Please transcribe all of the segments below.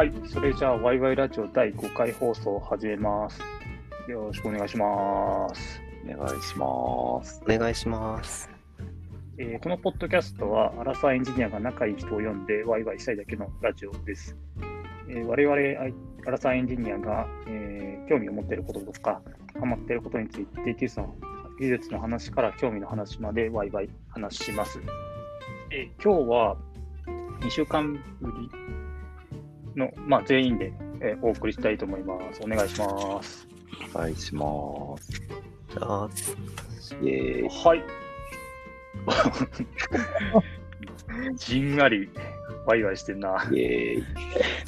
はい、それじゃあ、ワイワイラジオ第5回放送を始めます。よろしくお願いします。 お願いします。お願いします。 このポッドキャストは、アラサーエンジニアが仲いい人を呼んでワイワイしたいだけのラジオです。我々アラサーエンジニアが、興味を持っていることとか、ハマっていることについて技術の話から興味の話までワイワイ話します。今日は2週間ぶりの、全員で、お送りしたいと思います。お願いします。 お願いします。じゃあ、イエーイ。 はい。じんわりワイワイしてんな。 イエーイ。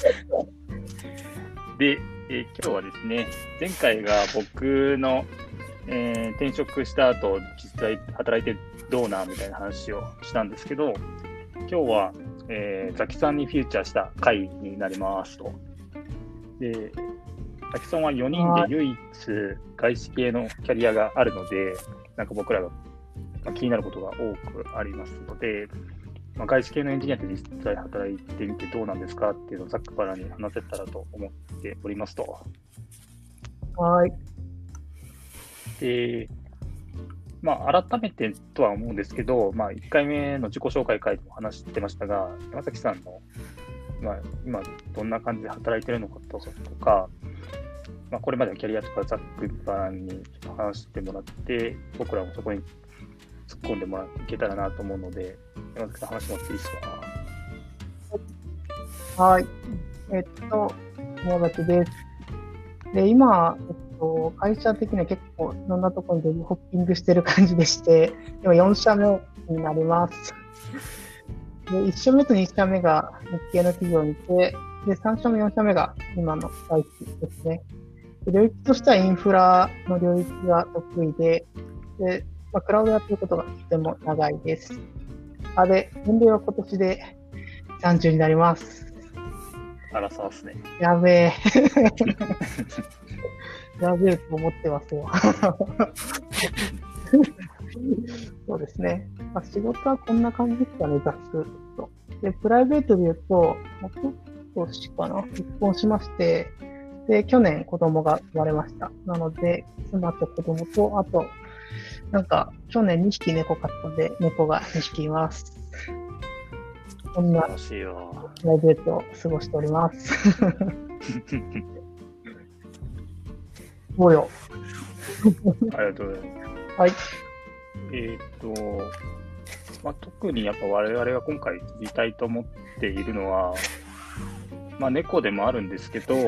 で、今日はですね、前回が僕の、転職した後、実際働いてどうなみたいな話をしたんですけど、今日は、ザキさんにフューチャーした回になりますと。で、ザキさんは4人で唯一外資系のキャリアがあるので、なんか僕らが気になることが多くありますので、外資系のエンジニアって実際働いてみてどうなんですかっていうのをざっくばらんに話せたらと思っておりますと。 はい。 で、改めてとは思うんですけど、1回目の自己紹介会でも話してましたが、山崎さんの、今どんな感じで働いてるのかとか、これまでのキャリアとかざっくばらんに話してもらって、僕らもそこに突っ込んでもらいけたらなと思うので、山崎さん話してもらっていいですか？はい。山崎です。で、今、会社的には結構いろんなところにホッピングしてる感じでして、今4社目になります。で、1社目と2社目が日系の企業にいて、で、3社目、4社目が今の外資ですね。で、領域としてはインフラの領域が得意で、クラウドやってることがとても長いです。で、年齢は今年で30になります。 あらそうですね。 やべえ。やべえと思ってますよ。そうですね。仕事はこんな感じですかね、ざっくりと。で、プライベートで言うと、今年かな、結婚しまして、で、去年子供が生まれました。なので、妻と子供と、あと、去年2匹猫飼ったので、猫が2匹います。こんなプライベートを過ごしております。どうよ。 ありがとうございます。 はい。 特にやっぱ我々が今回知りたいと思っているのは、猫でもあるんですけど、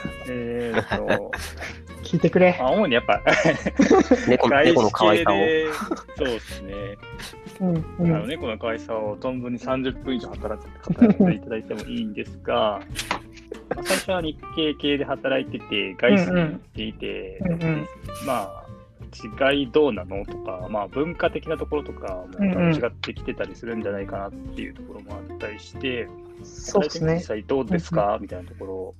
聞いてくれ。 主にやっぱ猫の可愛さを。 そうですね。 猫の可愛さを存分に30分以上働いていただいてもいいんですが、最初は日系系で働いてて、外資に行っていて、違いどうなのとか、文化的なところとかも違ってきてたりするんじゃないかなっていうところもあったりして、 そうですね。 実際どうですか、みたいなところを、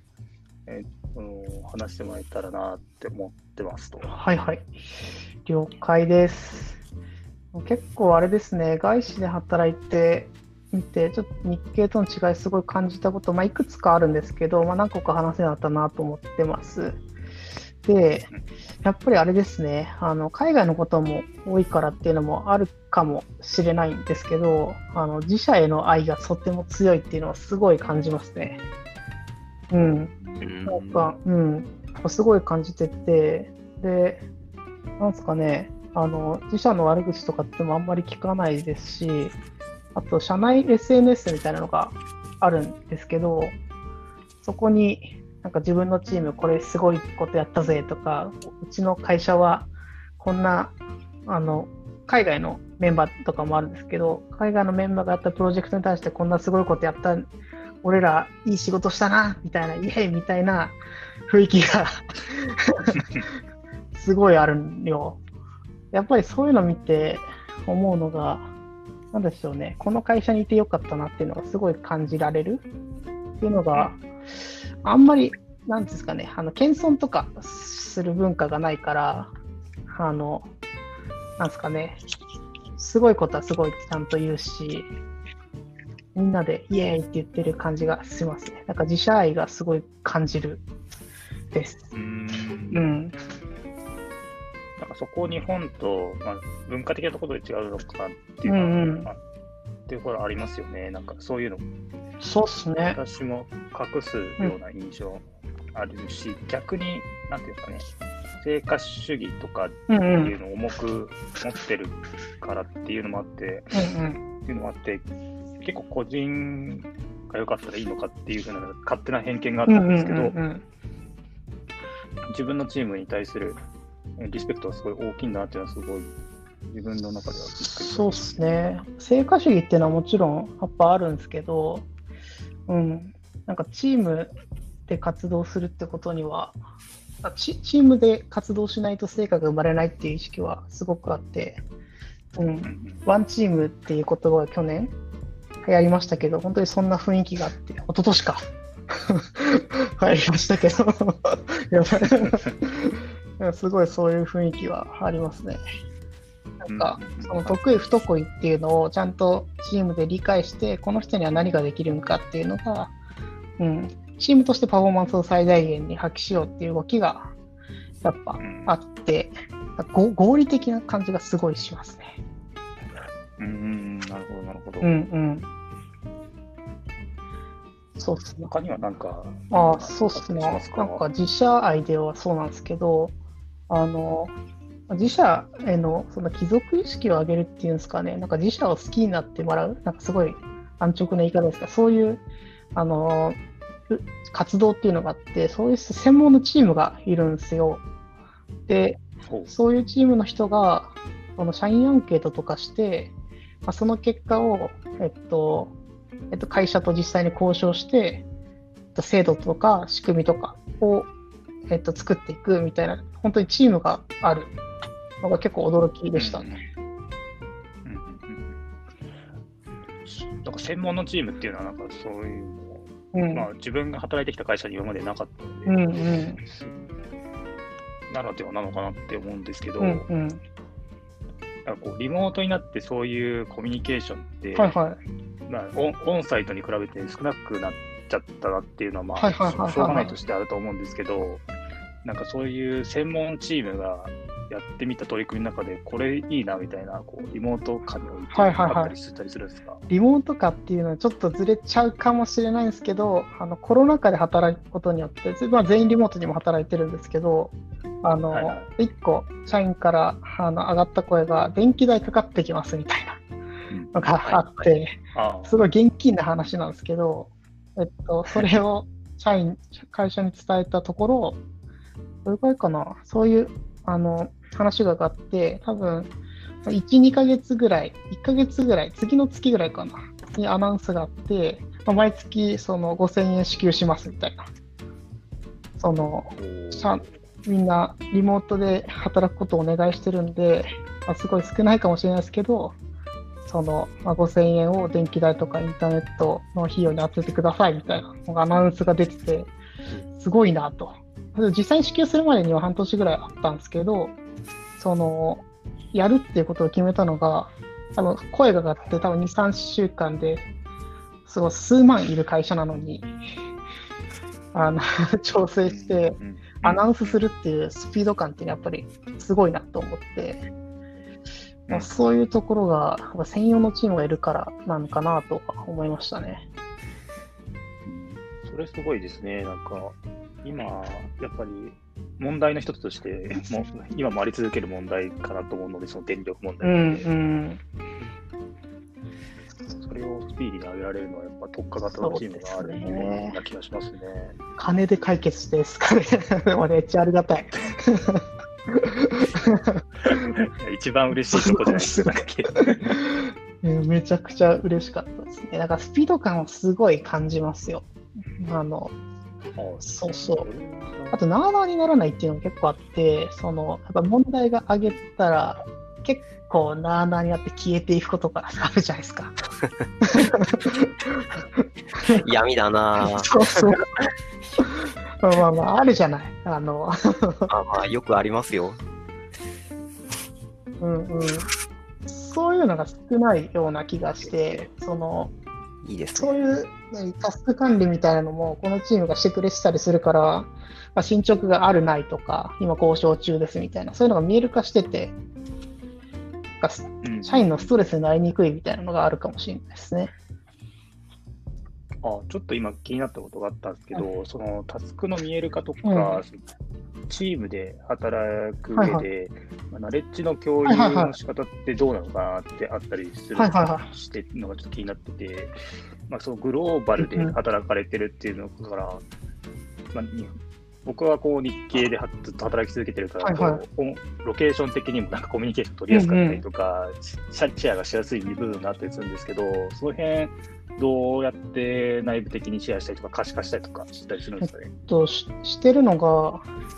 話してもらえたらなって思ってますと。 はいはい。了解です。結構あれですね、外資で働いてみて、ちょっと日系との違いすごい感じたこと、いくつかあるんですけど、何個か話せなかったなと思ってます。で、やっぱりあれですね、海外のことも多いからっていうのもあるかもしれないんですけど、自社への愛がとても強いっていうのはすごい感じますね。すごい感じてて、で、なんですかね、自社の悪口とかってもあんまり聞かないですし、あと、社内 SNS みたいなのがあるんですけど、そこに自分のチームこれすごいことやったぜとか、うちの会社はこんな、海外のメンバーとかもあるんですけど、海外のメンバーがやったプロジェクトに対してこんなすごいことやった、俺らいい仕事したな、みたいな、イエイみたいな雰囲気がすごいあるんよ。やっぱりそういうの見て思うのが、なんでしょうね、この会社にいてよかったなっていうのがすごい感じられるっていうのが、あんまり、なんですかね、謙遜とかする文化がないから、なんですかね、すごいことはすごいちゃんと言うし、 みんなでイエーイって言ってる感じがしますね。なんか自社愛がすごい感じるです。 なんかそこ日本と、文化的なところで違うのかなっていうのは、っていうところありますよね。なんかそういうの、 そうっすね。 私も隠すような印象あるし、逆に、なんていうんですかね、成果主義とかっていうのを重く持ってるからっていうのもあって、結構個人が良かったらいいのかっていうふうな勝手な偏見があったんですけど、自分のチームに対するリスペクトはすごい大きいなっていうのはすごい自分の中ではびっくりしました。 そうっすね。成果主義っていうのはもちろんやっぱあるんですけど、なんかチームで活動するってことには、チームで活動しないと成果が生まれないっていう意識はすごくあって、ワンチームっていう言葉が去年流行りましたけど、本当にそんな雰囲気があって、一昨年か流行りましたけどやばいすごいそういう雰囲気はありますね。なんかその得意不得意っていうのをちゃんとチームで理解して、この人には何ができるのかっていうのが、チームとしてパフォーマンスを最大限に発揮しようっていう動きがやっぱあって、合理的な感じがすごいしますね。 なるほど、なるほど。 そうっすね。 他にはなんか、 そうっすね。なんか自社愛ではそうなんですけど、自社へのその帰属意識を上げるっていうんですかね。なんか自社を好きになってもらう、なんかすごい安直な言い方ですが、そういう活動っていうのがあって、そういう専門のチームがいるんですよ。で、そういうチームの人が社員アンケートとかして、その結果を、会社と実際に交渉して、制度とか仕組みとかを、作っていくみたいな、本当にチームがあるのが結構驚きでしたね。 なんか専門のチームっていうのは、なんかそういうのを、自分が働いてきた会社に今までなかったので、ならではなのかなって思うんですけど、なんかこうリモートになってそういうコミュニケーションって、オンサイトに比べて少なくなっちゃったなっていうのは、しょうがないとしてあると思うんですけど、なんかそういう専門チームがやってみた取り組みの中で、これいいなみたいな、リモート化においてあったりしたりするんですか？ リモート化っていうのはちょっとずれちゃうかもしれないんですけど、コロナ禍で働くことによって、全員リモートにも働いてるんですけど、1個社員から上がった声が、電気代かかってきますみたいなのがあって、すごい現金な話なんですけど、それを会社に伝えたところ、どれくらいかな、そういう話が上がって、多分1、2ヶ月ぐらい、1ヶ月ぐらい、次の月ぐらいかな、にアナウンスがあって、毎月その5000円支給しますみたいな。みんなリモートで働くことをお願いしてるんで、すごい少ないかもしれないですけど、5000円を電気代とかインターネットの費用に充ててくださいみたいなのがアナウンスが出てて、すごいなと。実際に支給するまでには半年ぐらいあったんですけど、やるっていうことを決めたのが、声が上がって多分2、3週間で、数万いる会社なのに、調整して、アナウンスするっていうスピード感ってやっぱりすごいなと思って、そういうところが専用のチームがいるからなのかなと思いましたね。 それすごいですね。なんか今やっぱり問題の一つとして今もあり続ける問題かなと思うので、その電力問題、それをスピーディーに上げられるのはやっぱ特化型のチームがあるような気がしますね。 金で解決ですかね。めっちゃありがたい。 一番嬉しいところじゃないですか。 めちゃくちゃ嬉しかったですね。だからスピード感をすごい感じますよ。そうそう。あと、なあなあにならないっていうのも結構あって、やっぱ問題が上げたら、結構なあなあになって消えていくことがあるじゃないですか。 闇だなぁ。 そうそう。あるじゃない。 よくありますよ。 そういうのが少ないような気がして、 いいですそうね。 いうねタスク管理みたいなのも、このチームがしてくれてたりするから、まあ、進捗があるないとか、今交渉中ですみたいな、そういうのが見える化してて、なんか社員のストレスになりにくいみたいなのがあるかもしれないですね。 ちょっと今気になったことがあったんですけど、そのタスクの見える化とか、 うんチームで働くはいは上で、ナレッジの共有はいはいはいの仕方ってどうなのかなってあったりするはいはいはしてのがちょっと気になってて、そのグローバルで働かれてるっていうのから、僕はこう日系でずっと働き続けてるから、 はいはいこうロケーション的にもなんかコミュニケーション取りやすかったりとか、シェアがしやすい部分があったりするんですけど、その辺どうやって内部的にシェアしたりとか可視化したりとかしたりするんですかね。 してるのが、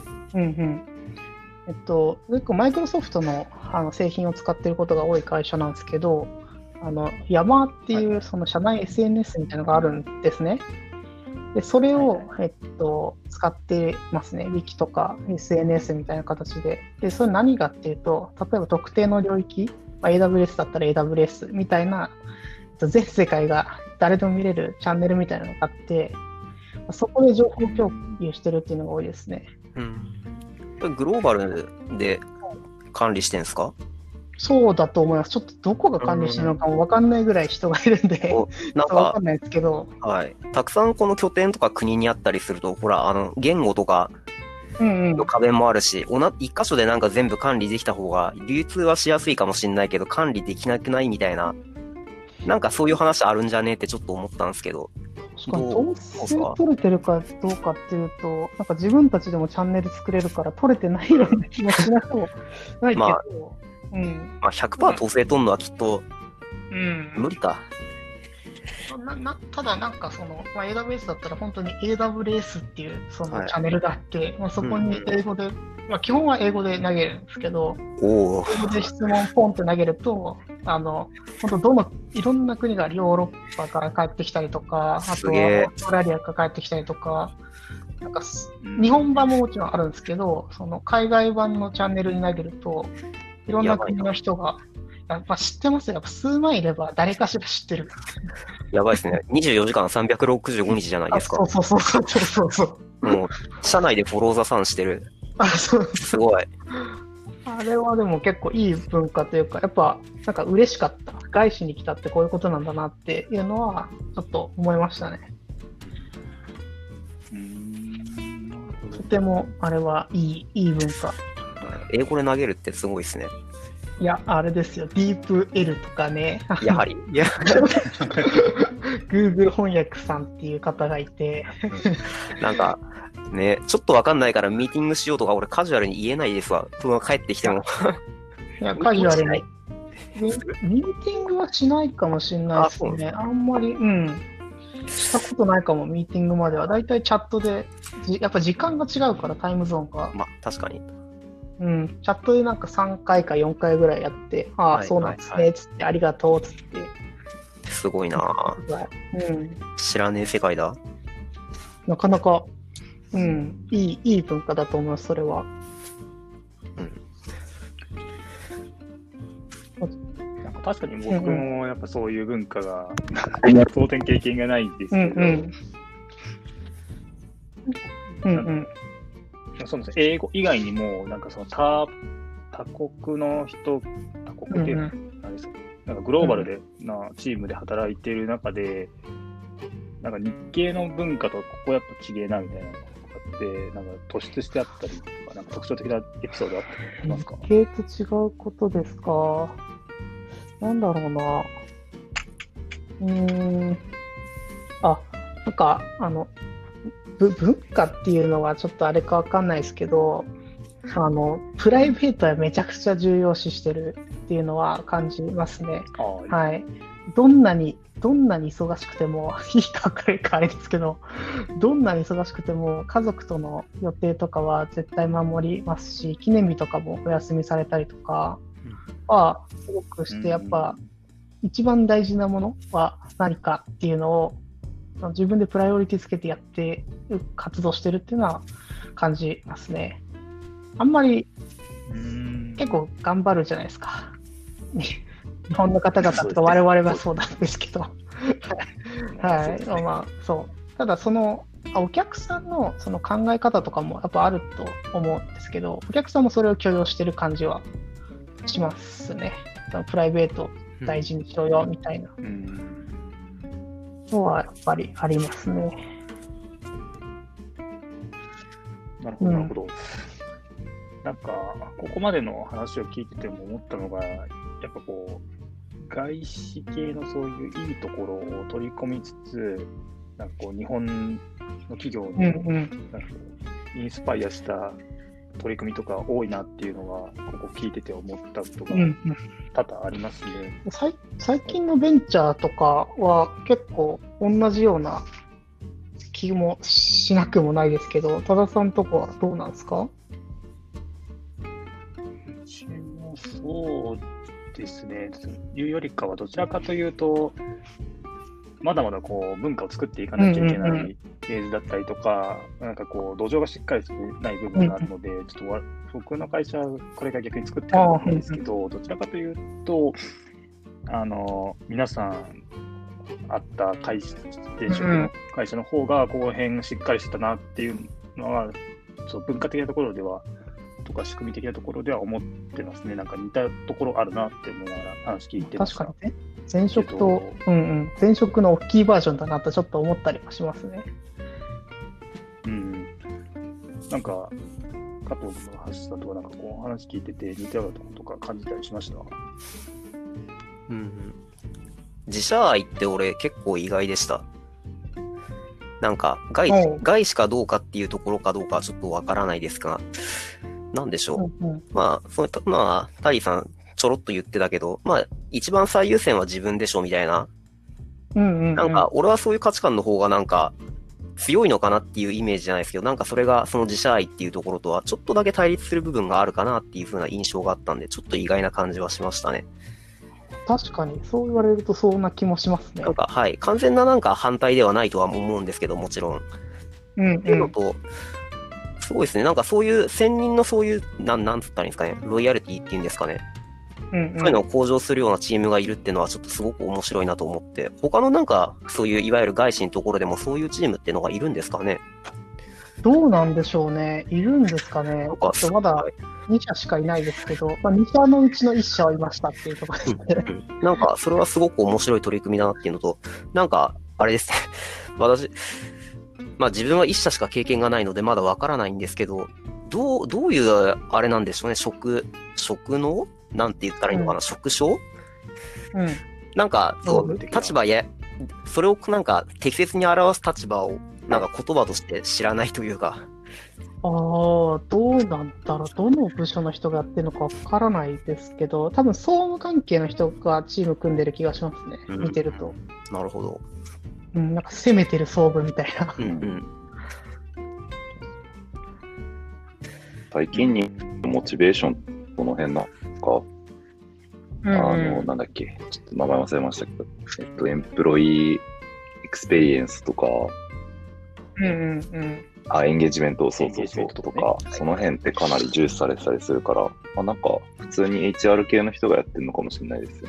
結構マイクロソフトの、製品を使っていることが多い会社なんですけど、ヤマっていうその社内 SNS みたいなのがあるんですね。で、それを、使ってますね。Wiki とか SNS みたいな形で。で、それ何かっていうと、例えば特定の領域、AWS だったら AWS みたいな、全世界が誰でも見れるチャンネルみたいなのがあって、そこで情報共有してるっていうのが多いですね。 これグローバルで管理してんですか？ そうだと思います。ちょっとどこが管理してるのかも分かんないぐらい人がいるんで、 なん分かかんないですけど、 はい。たくさんこの拠点とか国にあったりすると、ほら、言語とかの壁もあるし、一箇所でなんか全部管理できた方が、流通はしやすいかもしれないけど、管理できなくないみたいな、なんかそういう話あるんじゃねえってちょっと思ったんですけど。 確かに統制取れてるかどうかっていうと、なんか自分たちでもチャンネル作れるから取れてないような気もしなくもないけど、 100% 統制取るのはきっと無理か。 ただなんかその、AWS だったら本当に AWS っていうそのチャンネルがあって、そこに英語で、基本は英語で投げるんですけど、英語で質問ポンって投げると、本当いろんな国がヨーロッパから帰ってきたりとか、あとはオーストラリアから帰ってきたりとか、なんか日本版ももちろんあるんですけど、その海外版のチャンネルに投げると、いろんな国の人が、やっぱ知ってますよ。やっぱ数万いれば誰かしら知ってる。 やばいですね。24時間365日じゃないですか。 そう。 もう、社内でフォローザさんしてる。すごい。 あれはでも結構いい文化というか、やっぱなんか嬉しかった。外資に来たってこういうことなんだなっていうのは、ちょっと思いましたね。とてもあれはいい文化。 英語で投げるってすごいですね。 いや、あれですよ。ディープ L とかね。 やはり。 Google 翻訳さんっていう方がいて。 なんか、ね、ちょっとわかんないからミーティングしようとか俺カジュアルに言えないですわ。帰ってきても。 いや、カジュアルに。ミーティングはしないかもしれないですね。あんまり、したことないかも、ミーティングまでは。だいたいチャットで、やっぱ時間が違うからタイムゾーンが。 確かに。 チャットでなんか3回か4回ぐらいやって、そうなんですね、つって、ありがとう、つって。 すごいなぁ。知らねえ世界だ。 なかなか、いい文化だと思います、それは。 確かに僕もやっぱそういう文化が、当然経験がないんですけど、そうです。英語以外にも、なんかその他国の人、他国っていうのは何ですか、なんかグローバルなチームで働いている中で、なんか日系の文化とここやっぱ違えなみたいなのがあって、なんか突出してあったりとか、なんか特徴的なエピソードあったりしますか？ 日系と違うことですか？なんだろうな。なんか、文化っていうのはちょっとあれかわかんないですけど、プライベートはめちゃくちゃ重要視してるっていうのは感じますね。はい。どんなに忙しくても、いいか分かるかあれですけど、どんなに忙しくても家族との予定とかは絶対守りますし、記念日とかもお休みされたりとかはすごくして、やっぱ一番大事なものは何かっていうのを自分でプライオリティつけてやって活動してるっていうのは感じますね。あんまり結構頑張るじゃないですか。日本の方々とか我々はそうなんですけどはい。まあ、そう。ただ、お客さんのその考え方とかもやっぱあると思うんですけど、お客さんもそれを許容してる感じはしますね。そのプライベート大事にしろよみたいなのはやっぱりありますね。 なるほど、なるほど。なんか、ここまでの話を聞いてても思ったのが、やっぱこう、外資系のそういういいところを取り込みつつ、なんかこう、日本の企業になんかインスパイアした取り組みとか多いなっていうのが、ここ聞いてて思ったことが多々ありますね。 最近のベンチャーとかは結構同じような気もしなくもないですけど、多田さんとこはどうなんですか？ うちもそうですね。というよりかはどちらかというと、まだまだこう文化を作っていかなきゃいけないフェーズだったりとか、なんかこう土壌がしっかりしてない部分があるので、ちょっと僕の会社はこれが逆に作ってると思うんですけど、どちらかというと、皆さんあった転職の会社の方がこの辺しっかりしてたなっていうのは、そう文化的なところではとか仕組み的なところでは思ってますね。なんか似たところあるなって思いながら話聞いてました。 確かにね。前職と、前職の大きいバージョンだなとちょっと思ったりもしますね。 なんか加藤君の話だとなんかこう話聞いてて似たようなところとか感じたりしました？ 自社愛って俺結構意外でした。なんか外資かどうかっていうところかどうかはちょっとわからないですが、なんでしょう。まあ、タイさんちょろっと言ってたけど、まあ、一番最優先は自分でしょみたいな。なんか、俺はそういう価値観の方がなんか、強いのかなっていうイメージじゃないですけど、なんかそれがその自社愛っていうところとはちょっとだけ対立する部分があるかなっていう風な印象があったんで、ちょっと意外な感じはしましたね。 確かに、そう言われるとそんな気もしますね。 なんか、はい。完全ななんか反対ではないとは思うんですけど、もちろん。っていうのと、すごいですね。なんかそういう専任のそういう、なんつったらいいんですかね。ロイヤリティっていうんですかね。そういうのを向上するようなチームがいるっていうのはちょっとすごく面白いなと思って、他のなんかそういういわゆる外資のところでもそういうチームっていうのがいるんですかね？ どうなんでしょうね。いるんですかね。まだ2社しかいないですけど、2社のうちの1社はいましたっていうところですね。 なんかそれはすごく面白い取り組みだなっていうのと、なんかあれですね。私、まあ自分は1社しか経験がないのでまだわからないんですけど、どういうあれなんでしょうね。職能なんて言ったらいいのかな、職種なんか、立場それをなんか適切に表す立場をなんか言葉として知らないというか。 どうなんだろう。どの部署の人がやってるのかわからないですけど、多分総務関係の人がチーム組んでる気がしますね。見てると。 なるほど。 なんか攻めてる総務みたいな。 最近にモチベーションこの辺なんか、なんだっけ、ちょっと名前忘れましたけど、エンプロイエクスペリエンスとか、エンゲージメント、そうとか、その辺ってかなり重視されてたりするから、なんか普通に HR 系の人がやってるのかもしれないですよ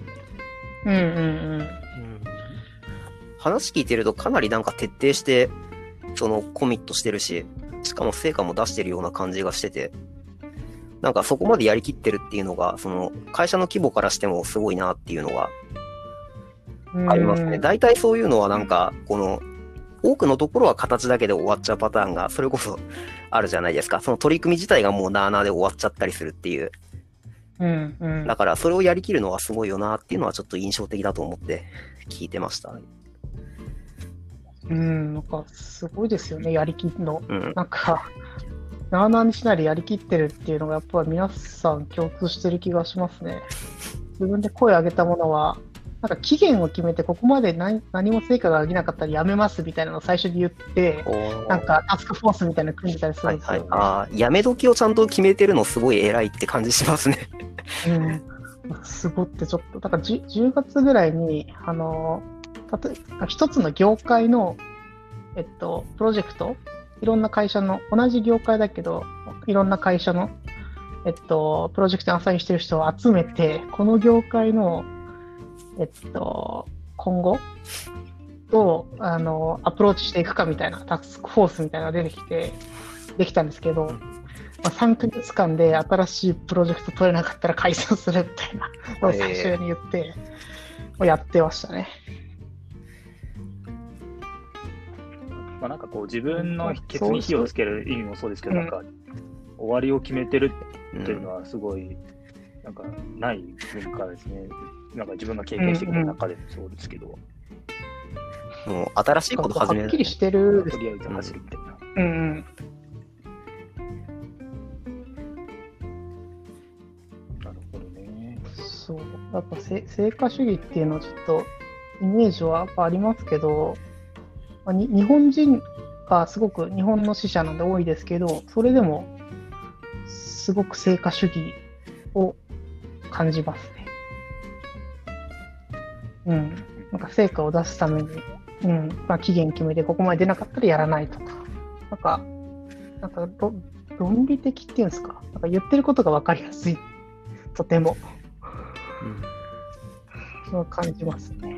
ね。 話聞いてるとかなりなんか徹底して、そのコミットしてるし、しかも成果も出してるような感じがしてて、なんかそこまでやりきってるっていうのが、その会社の規模からしてもすごいなっていうのがありますね。大体そういうのはなんか、この多くのところは形だけで終わっちゃうパターンがそれこそあるじゃないですか。その取り組み自体がもうなーなーで終わっちゃったりするっていう。だからそれをやりきるのはすごいよなっていうのはちょっと印象的だと思って聞いてました。 なんかすごいですよね、やりきるの。なんか、なあなあにしないでやりきってるっていうのがやっぱり皆さん共通してる気がしますね。自分で声を上げたものは、なんか期限を決めてここまで何も成果が上げなかったらやめますみたいなのを最初に言って、なんかタスクフォースみたいなの組んでたりするんですよね。 やめ時をちゃんと決めてるのすごい偉いって感じしますね。 すごってちょっと、だから 10月ぐらいに、一つの業界の、プロジェクト、いろんな会社の、同じ業界だけど、いろんな会社の、プロジェクトにアサインしてる人を集めて、この業界の、今後とアプローチしていくかみたいなタスクフォースみたいなのが出てきてできたんですけど、3ヶ月間で新しいプロジェクト取れなかったら解散するみたいなのを最初に言って、やってましたね。 なんかこう自分のケツに火をつける意味もそうですけど、なんか終わりを決めてるっていうのはすごいなんかない文化ですね。なんか自分が経験してきた中でもそうですけど、 もう新しいこと始める。 はっきりしてる。 とりあえず走るみたいな。 うんうん。 なるほどね。 そう。やっぱ成果主義っていうのはちょっとイメージはやっぱありますけど、日本人がすごく日本の死者なんで多いですけど、それでもすごく成果主義を感じますね。うん。なんか成果を出すために、期限決めてここまで出なかったらやらないとか、なんか論理的っていうんですか、なんか言ってることが分かりやすい、とても。そう感じますね。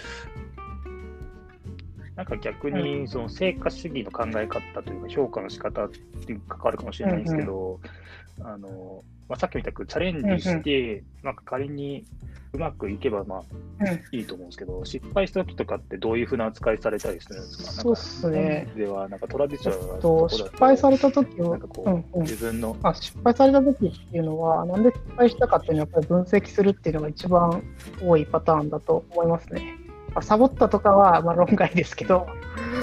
なんか逆にその成果主義の考え方というか評価の仕方って関わるかもしれないんですけど、さっきみたくチャレンジして、なんか仮にうまくいけばいいと思うんですけど、失敗した時とかってどういうふうな扱いされたりするんですか？ そうですね。 ではなんかトラディショナル失敗された時を、 自分の失敗された時っていうのはなんで失敗したかっていうのをやっぱり分析するっていうのが一番多いパターンだと思いますね。サボったとかは論外ですけど、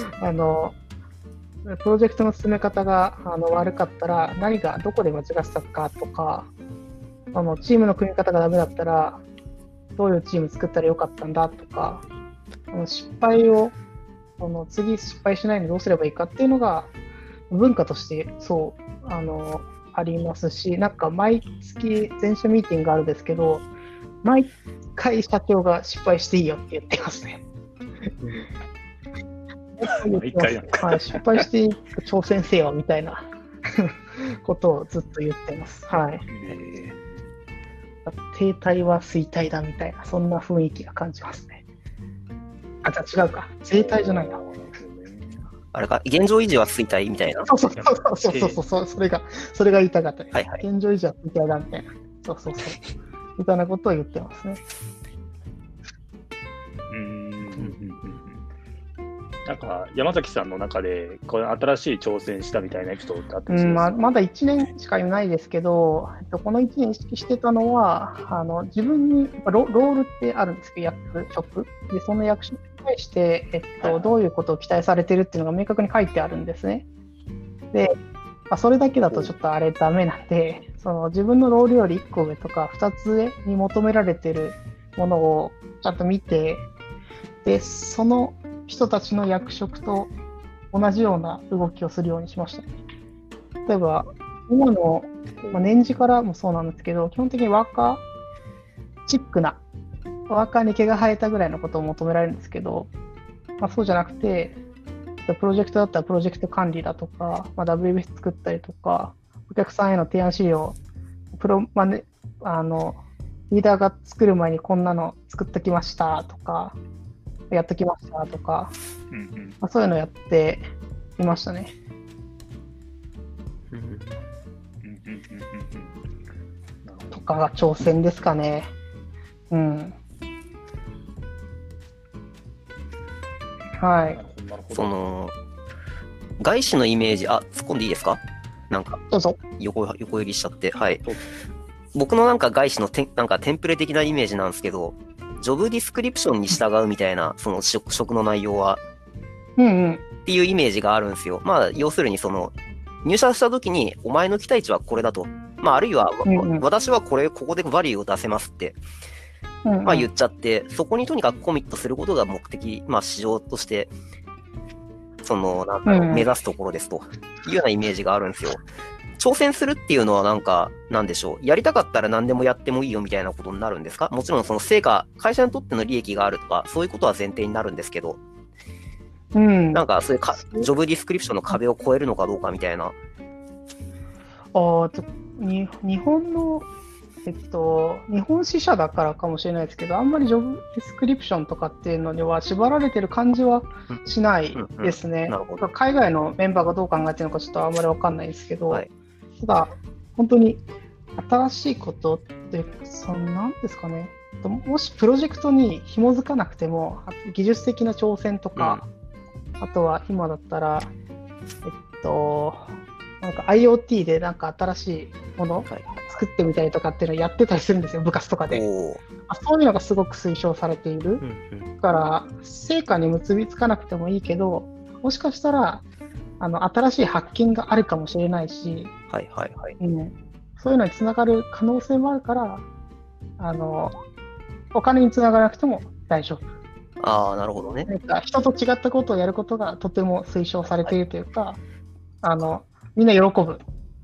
プロジェクトの進め方が悪かったら何がどこで間違ってたかとか、チームの組み方がダメだったらどういうチーム作ったらよかったんだとか、失敗を次失敗しないようにどうすればいいかっていうのが文化としてありますし、なんか毎月全社ミーティングがあるんですけど、毎回社長が失敗していいよって言ってますね。失敗して挑戦せよみたいなことをずっと言ってます。はい。停滞は衰退だみたいな、そんな雰囲気が感じますね。じゃあ違うか。停滞じゃないな。 あれか、現状維持は衰退みたいな。 そう、それが言いたかったです。現状維持は衰退だみたいな。そう。みたいなことを言ってますね。 なんか山崎さんの中でこれ新しい挑戦したみたいなエピソードってあったりするんですか？ まだ1年しかいないですけど、この1年意識してたのは自分にロールってあるんですけど、役職で、その役職に対して、どういうことを期待されてるっていうのが明確に書いてあるんですね。で、それだけだとちょっとあれダメなんで、自分のロールより1個上とか2つ上に求められてるものをちゃんと見て、でその人たちの役職と同じような動きをするようにしましたね。例えば今の年次からもそうなんですけど、基本的にワーカーチックな、ワーカーに毛が生えたぐらいのことを求められるんですけど、そうじゃなくて、プロジェクトだったらプロジェクト管理だとか、WBS 作ったりとか、お客さんへの提案資料、リーダーが作る前にこんなの作ってきましたとか、やっときましたとか、そういうのやっていましたね。とかが挑戦ですかね。はい。 外資のイメージ、突っ込んでいいですか？なんかどうぞ。 横入りしちゃって、はい。僕のなんか外資のなんかテンプレ的なイメージなんですけど、ジョブディスクリプションに従うみたいな、その職の内容は、っていうイメージがあるんですよ。要するに入社した時に、お前の期待値はこれだと。あるいは、私はここでバリューを出せますって、言っちゃって、そこにとにかくコミットすることが目的、市場として、目指すところですというようなイメージがあるんですよ。挑戦するっていうのはなんでしょう。やりたかったら何でもやってもいいよみたいなことになるんですか？もちろん成果、会社にとっての利益があるとか、そういうことは前提になるんですけど、なんかそういうジョブディスクリプションの壁を越えるのかどうかみたいな。 日本の日本支社だからかもしれないですけど、あんまりジョブディスクリプションとかっていうのには縛られてる感じはしないですね。 なるほど。 海外のメンバーがどう考えてるのかちょっとあんまりわかんないんですけど、 はい、 ただ、本当に新しいことって、なんですかね、もしプロジェクトに紐づかなくても、技術的な挑戦とか、あとは今だったら、なんか IoT でなんか新しいものを作ってみたりとかっていうのをやってたりするんですよ、部活とかで。そういうのがすごく推奨されている。だから、成果に結びつかなくてもいいけど、もしかしたら、新しい発見があるかもしれないし、そういうのにつながる可能性もあるから、お金につながらなくても大丈夫。 なるほどね。 なんか人と違ったことをやることがとても推奨されているというか、みんな喜ぶ。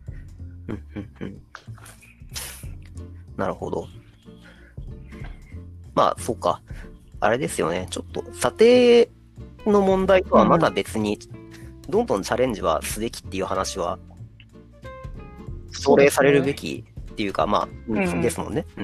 なるほど。まあ、そうか。あれですよね。ちょっと、査定の問題とはまた別に、どんどんチャレンジはすべきっていう話は、奨励されるべきっていうか、まあ、ですもんね。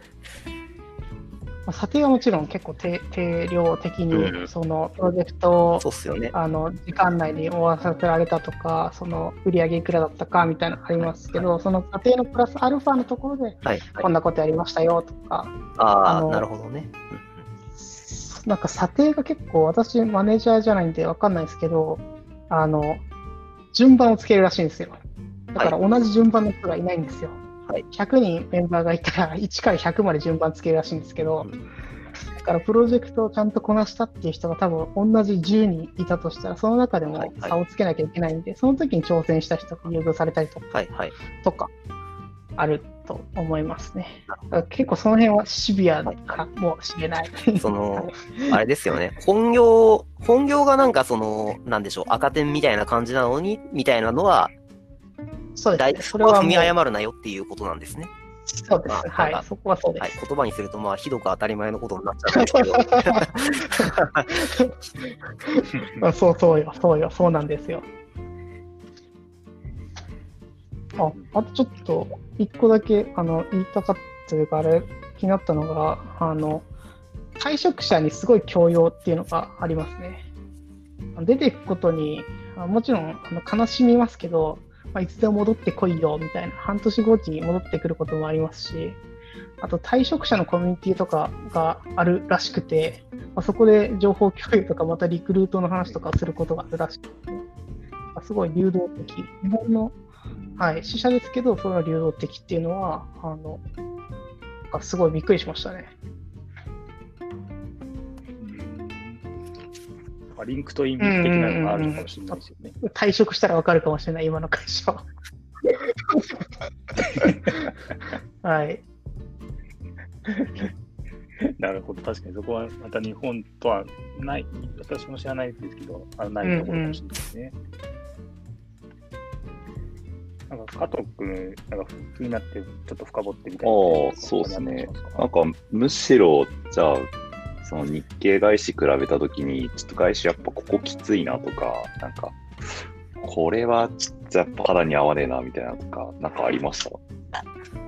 査定はもちろん結構定量的に、そのプロジェクトを、時間内に終わらせられたとか、その売上いくらだったかみたいなのありますけど、その査定のプラスアルファのところで、こんなことやりましたよとか。 なるほどね。 なんか査定が結構、私マネージャーじゃないんでわかんないですけど、順番をつけるらしいんですよ。だから同じ順番の人がいないんですよ。100人メンバーがいたら1から100まで順番つけるらしいんですけど、だからプロジェクトをちゃんとこなしたっていう人が多分同じ10人いたとしたら、その中でも差をつけなきゃいけないんで、その時に挑戦した人が優遇されたりとかあると思いますね。結構その辺はシビアかもしれない。 あれですよね。本業がなんかなんでしょう、赤点みたいな感じなのに、みたいなのは、 そうですね。 それは踏み誤るなよっていうことなんですね。 そうです。そこはそうです。 言葉にすると、ひどく当たり前のことになっちゃうんですけど。 そうなんですよ。あとちょっと、一個だけ、言いたかったというか、気になったのが、退職者にすごい強要っていうのがありますね。出ていくことに、もちろん悲しみますけど、いつでも戻ってこいよみたいな、半年後に戻ってくることもありますし、あと退職者のコミュニティとかがあるらしくて、そこで情報共有とかまたリクルートの話とかすることがあるらしくて、すごい流動的。日本の、支社ですけど、それは流動的っていうのは、すごいびっくりしましたね。 リンクトイン的なのがあるかもしれないですよね。 退職したら分かるかもしれない、今の会社は。 なるほど、確かにそこはまた日本とはない、私も知らないですけど、ないところかもしれないですね。なんか加藤君、なんか気になってちょっと深掘ってみたいな。 そうですね。なんかむしろ、じゃあ、その日系外資比べたときに、ちょっと外資やっぱここきついなとか、なんか、これはちょっとやっぱ肌に合わねえなみたいなとか、なんかありました？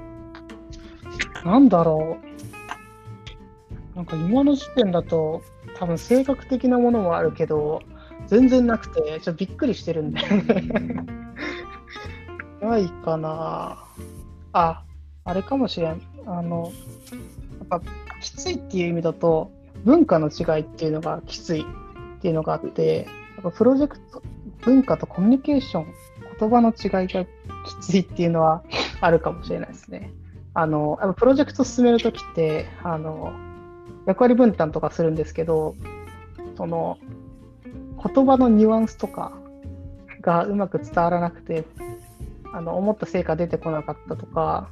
なんだろう。なんか今の時点だと、多分性格的なものもあるけど、全然なくて、ちょっとびっくりしてるんだよね。ないかな。あれかもしれん。やっぱきついっていう意味だと、文化の違いっていうのがきついっていうのがあって、やっぱプロジェクト、文化とコミュニケーション、言葉の違いがきついっていうのはあるかもしれないですね。やっぱプロジェクト進めるときって、役割分担とかするんですけど、その言葉のニュアンスとかがうまく伝わらなくて、思った成果出てこなかったとか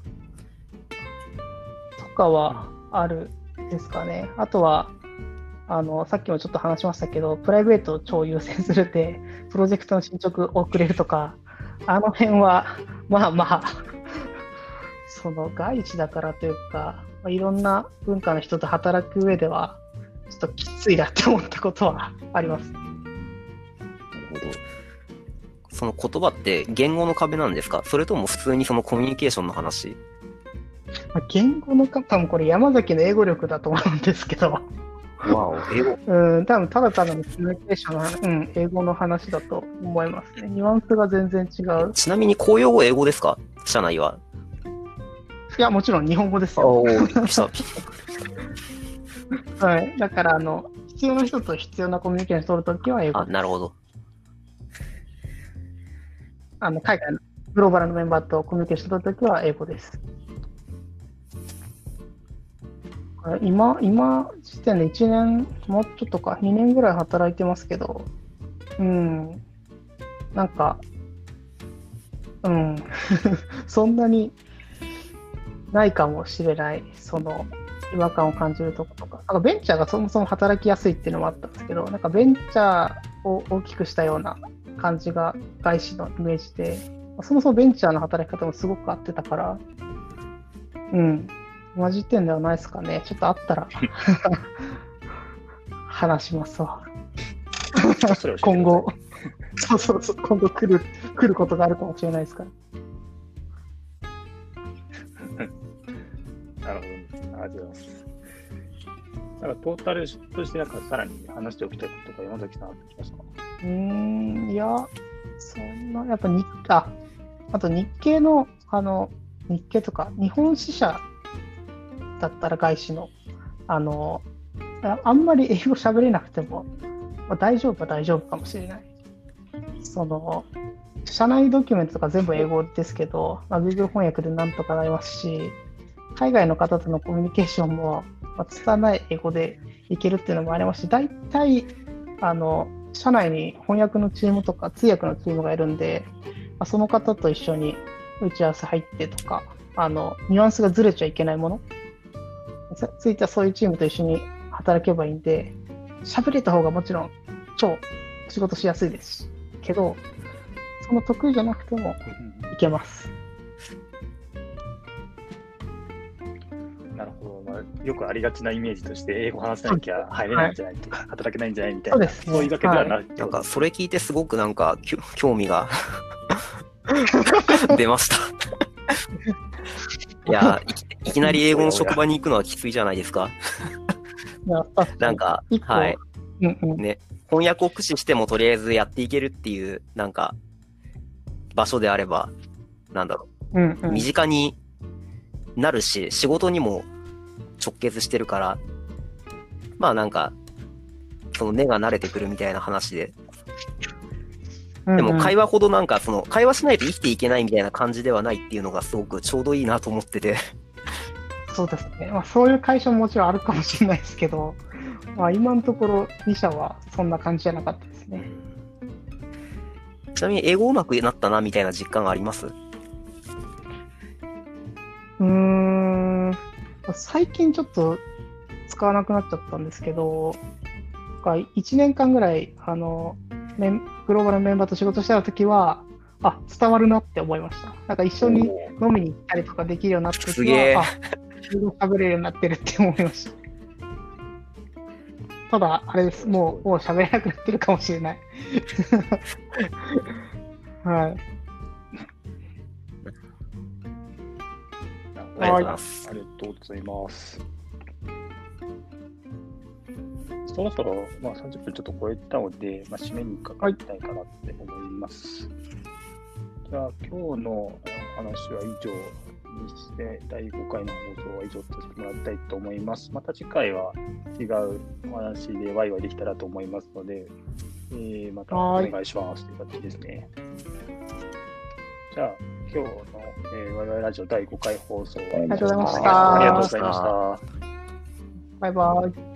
はあるですかね。あとはさっきもちょっと話しましたけど、プライベートを超優先するで、プロジェクトの進捗遅れるとか、辺は、その外資だからというか、いろんな文化の人と働く上では、ちょっときついなって思ったことはあります。 なるほど。その言葉って言語の壁なんですか？それとも普通にそのコミュニケーションの話？ 言語の多分これ山崎の英語力だと思うんですけど、 わお、英語。 多分ただ単なるコミュニケーションの話、英語の話だと思いますね。ニュアンスが全然違う。 ちなみに公用語英語ですか？社内は。 いや、もちろん日本語ですよ。 おー、来た。 はい。だから、必要な人と必要なコミュニケーションを取るときは英語。 あ、なるほど。 海外のグローバルのメンバーとコミュニケーションを取るときは英語です。今時点で1年、もうちょっとか、2年ぐらい働いてますけど、なんか、そんなにないかもしれない、違和感を感じるところとか、なんかベンチャーがそもそも働きやすいっていうのもあったんですけど、なんかベンチャーを大きくしたような感じが外資のイメージで、そもそもベンチャーの働き方もすごく合ってたから、同じ点ではないですかね。ちょっとあったら話しますわ。今後、今後来ることがあるかもしれないですから。 なるほど、ありがとうございます。なんかトータルとしてなんかさらに話しておきたいこととか山崎さんあってきますか？ いや、そんな、やっぱあと日系の、日系とか、日本支社だったら外資の、あんまり英語喋れなくても、大丈夫は大丈夫かもしれない。社内ドキュメントとか全部英語ですけど、Google 翻訳でなんとかなりますし、海外の方とのコミュニケーションも、拙い英語でいけるっていうのもありますし、大体、社内に翻訳のチームとか通訳のチームがいるんで、その方と一緒に打ち合わせ入ってとか、ニュアンスがずれちゃいけないもの、ついてはそういうチームと一緒に働けばいいんで、喋れた方がもちろん超仕事しやすいですけど、その得意じゃなくてもいけます。 なるほど、よくありがちなイメージとして英語話さなきゃ入れないんじゃないとか、働けないんじゃないみたいな、そういうわけではない。 なんかそれ聞いてすごくなんか興味が出ました。いや、いきなり英語の職場に行くのはきついじゃないですか。なんか、はい。ね、翻訳を駆使してもとりあえずやっていけるっていう、なんか、場所であれば、なんだろう。身近になるし、仕事にも直結してるから、なんか、その根が慣れてくるみたいな話で。でも会話ほどなんか会話しないと生きていけないみたいな感じではないっていうのがすごくちょうどいいなと思ってて。 そうですね。そういう会社ももちろんあるかもしれないですけど、今のところ2社はそんな感じじゃなかったですね。 ちなみに英語うまくなったなみたいな実感があります？ 最近ちょっと使わなくなっちゃったんですけど、1年間ぐらいグローバルメンバーと仕事してたときは、伝わるなって思いました。なんか一緒に飲みに行ったりとかできるようになったときは、英語喋れるようになってるって思いました。ただ、あれです。もう喋れなくなってるかもしれない。はい。 ありがとうございます。 ありがとうございます。そろそろ、30分ちょっと超えたので、締めにかかりたいかなって思います。じゃあ、今日の話は以上にして、第5回の放送は以上としてもらいたいと思います。また次回は違うお話でワイワイできたらと思いますので、またお願いしますという形ですね。じゃあ、今日の、ワイワイラジオ第5回放送はありがとうございました。 ありがとうございました。 バイバイ。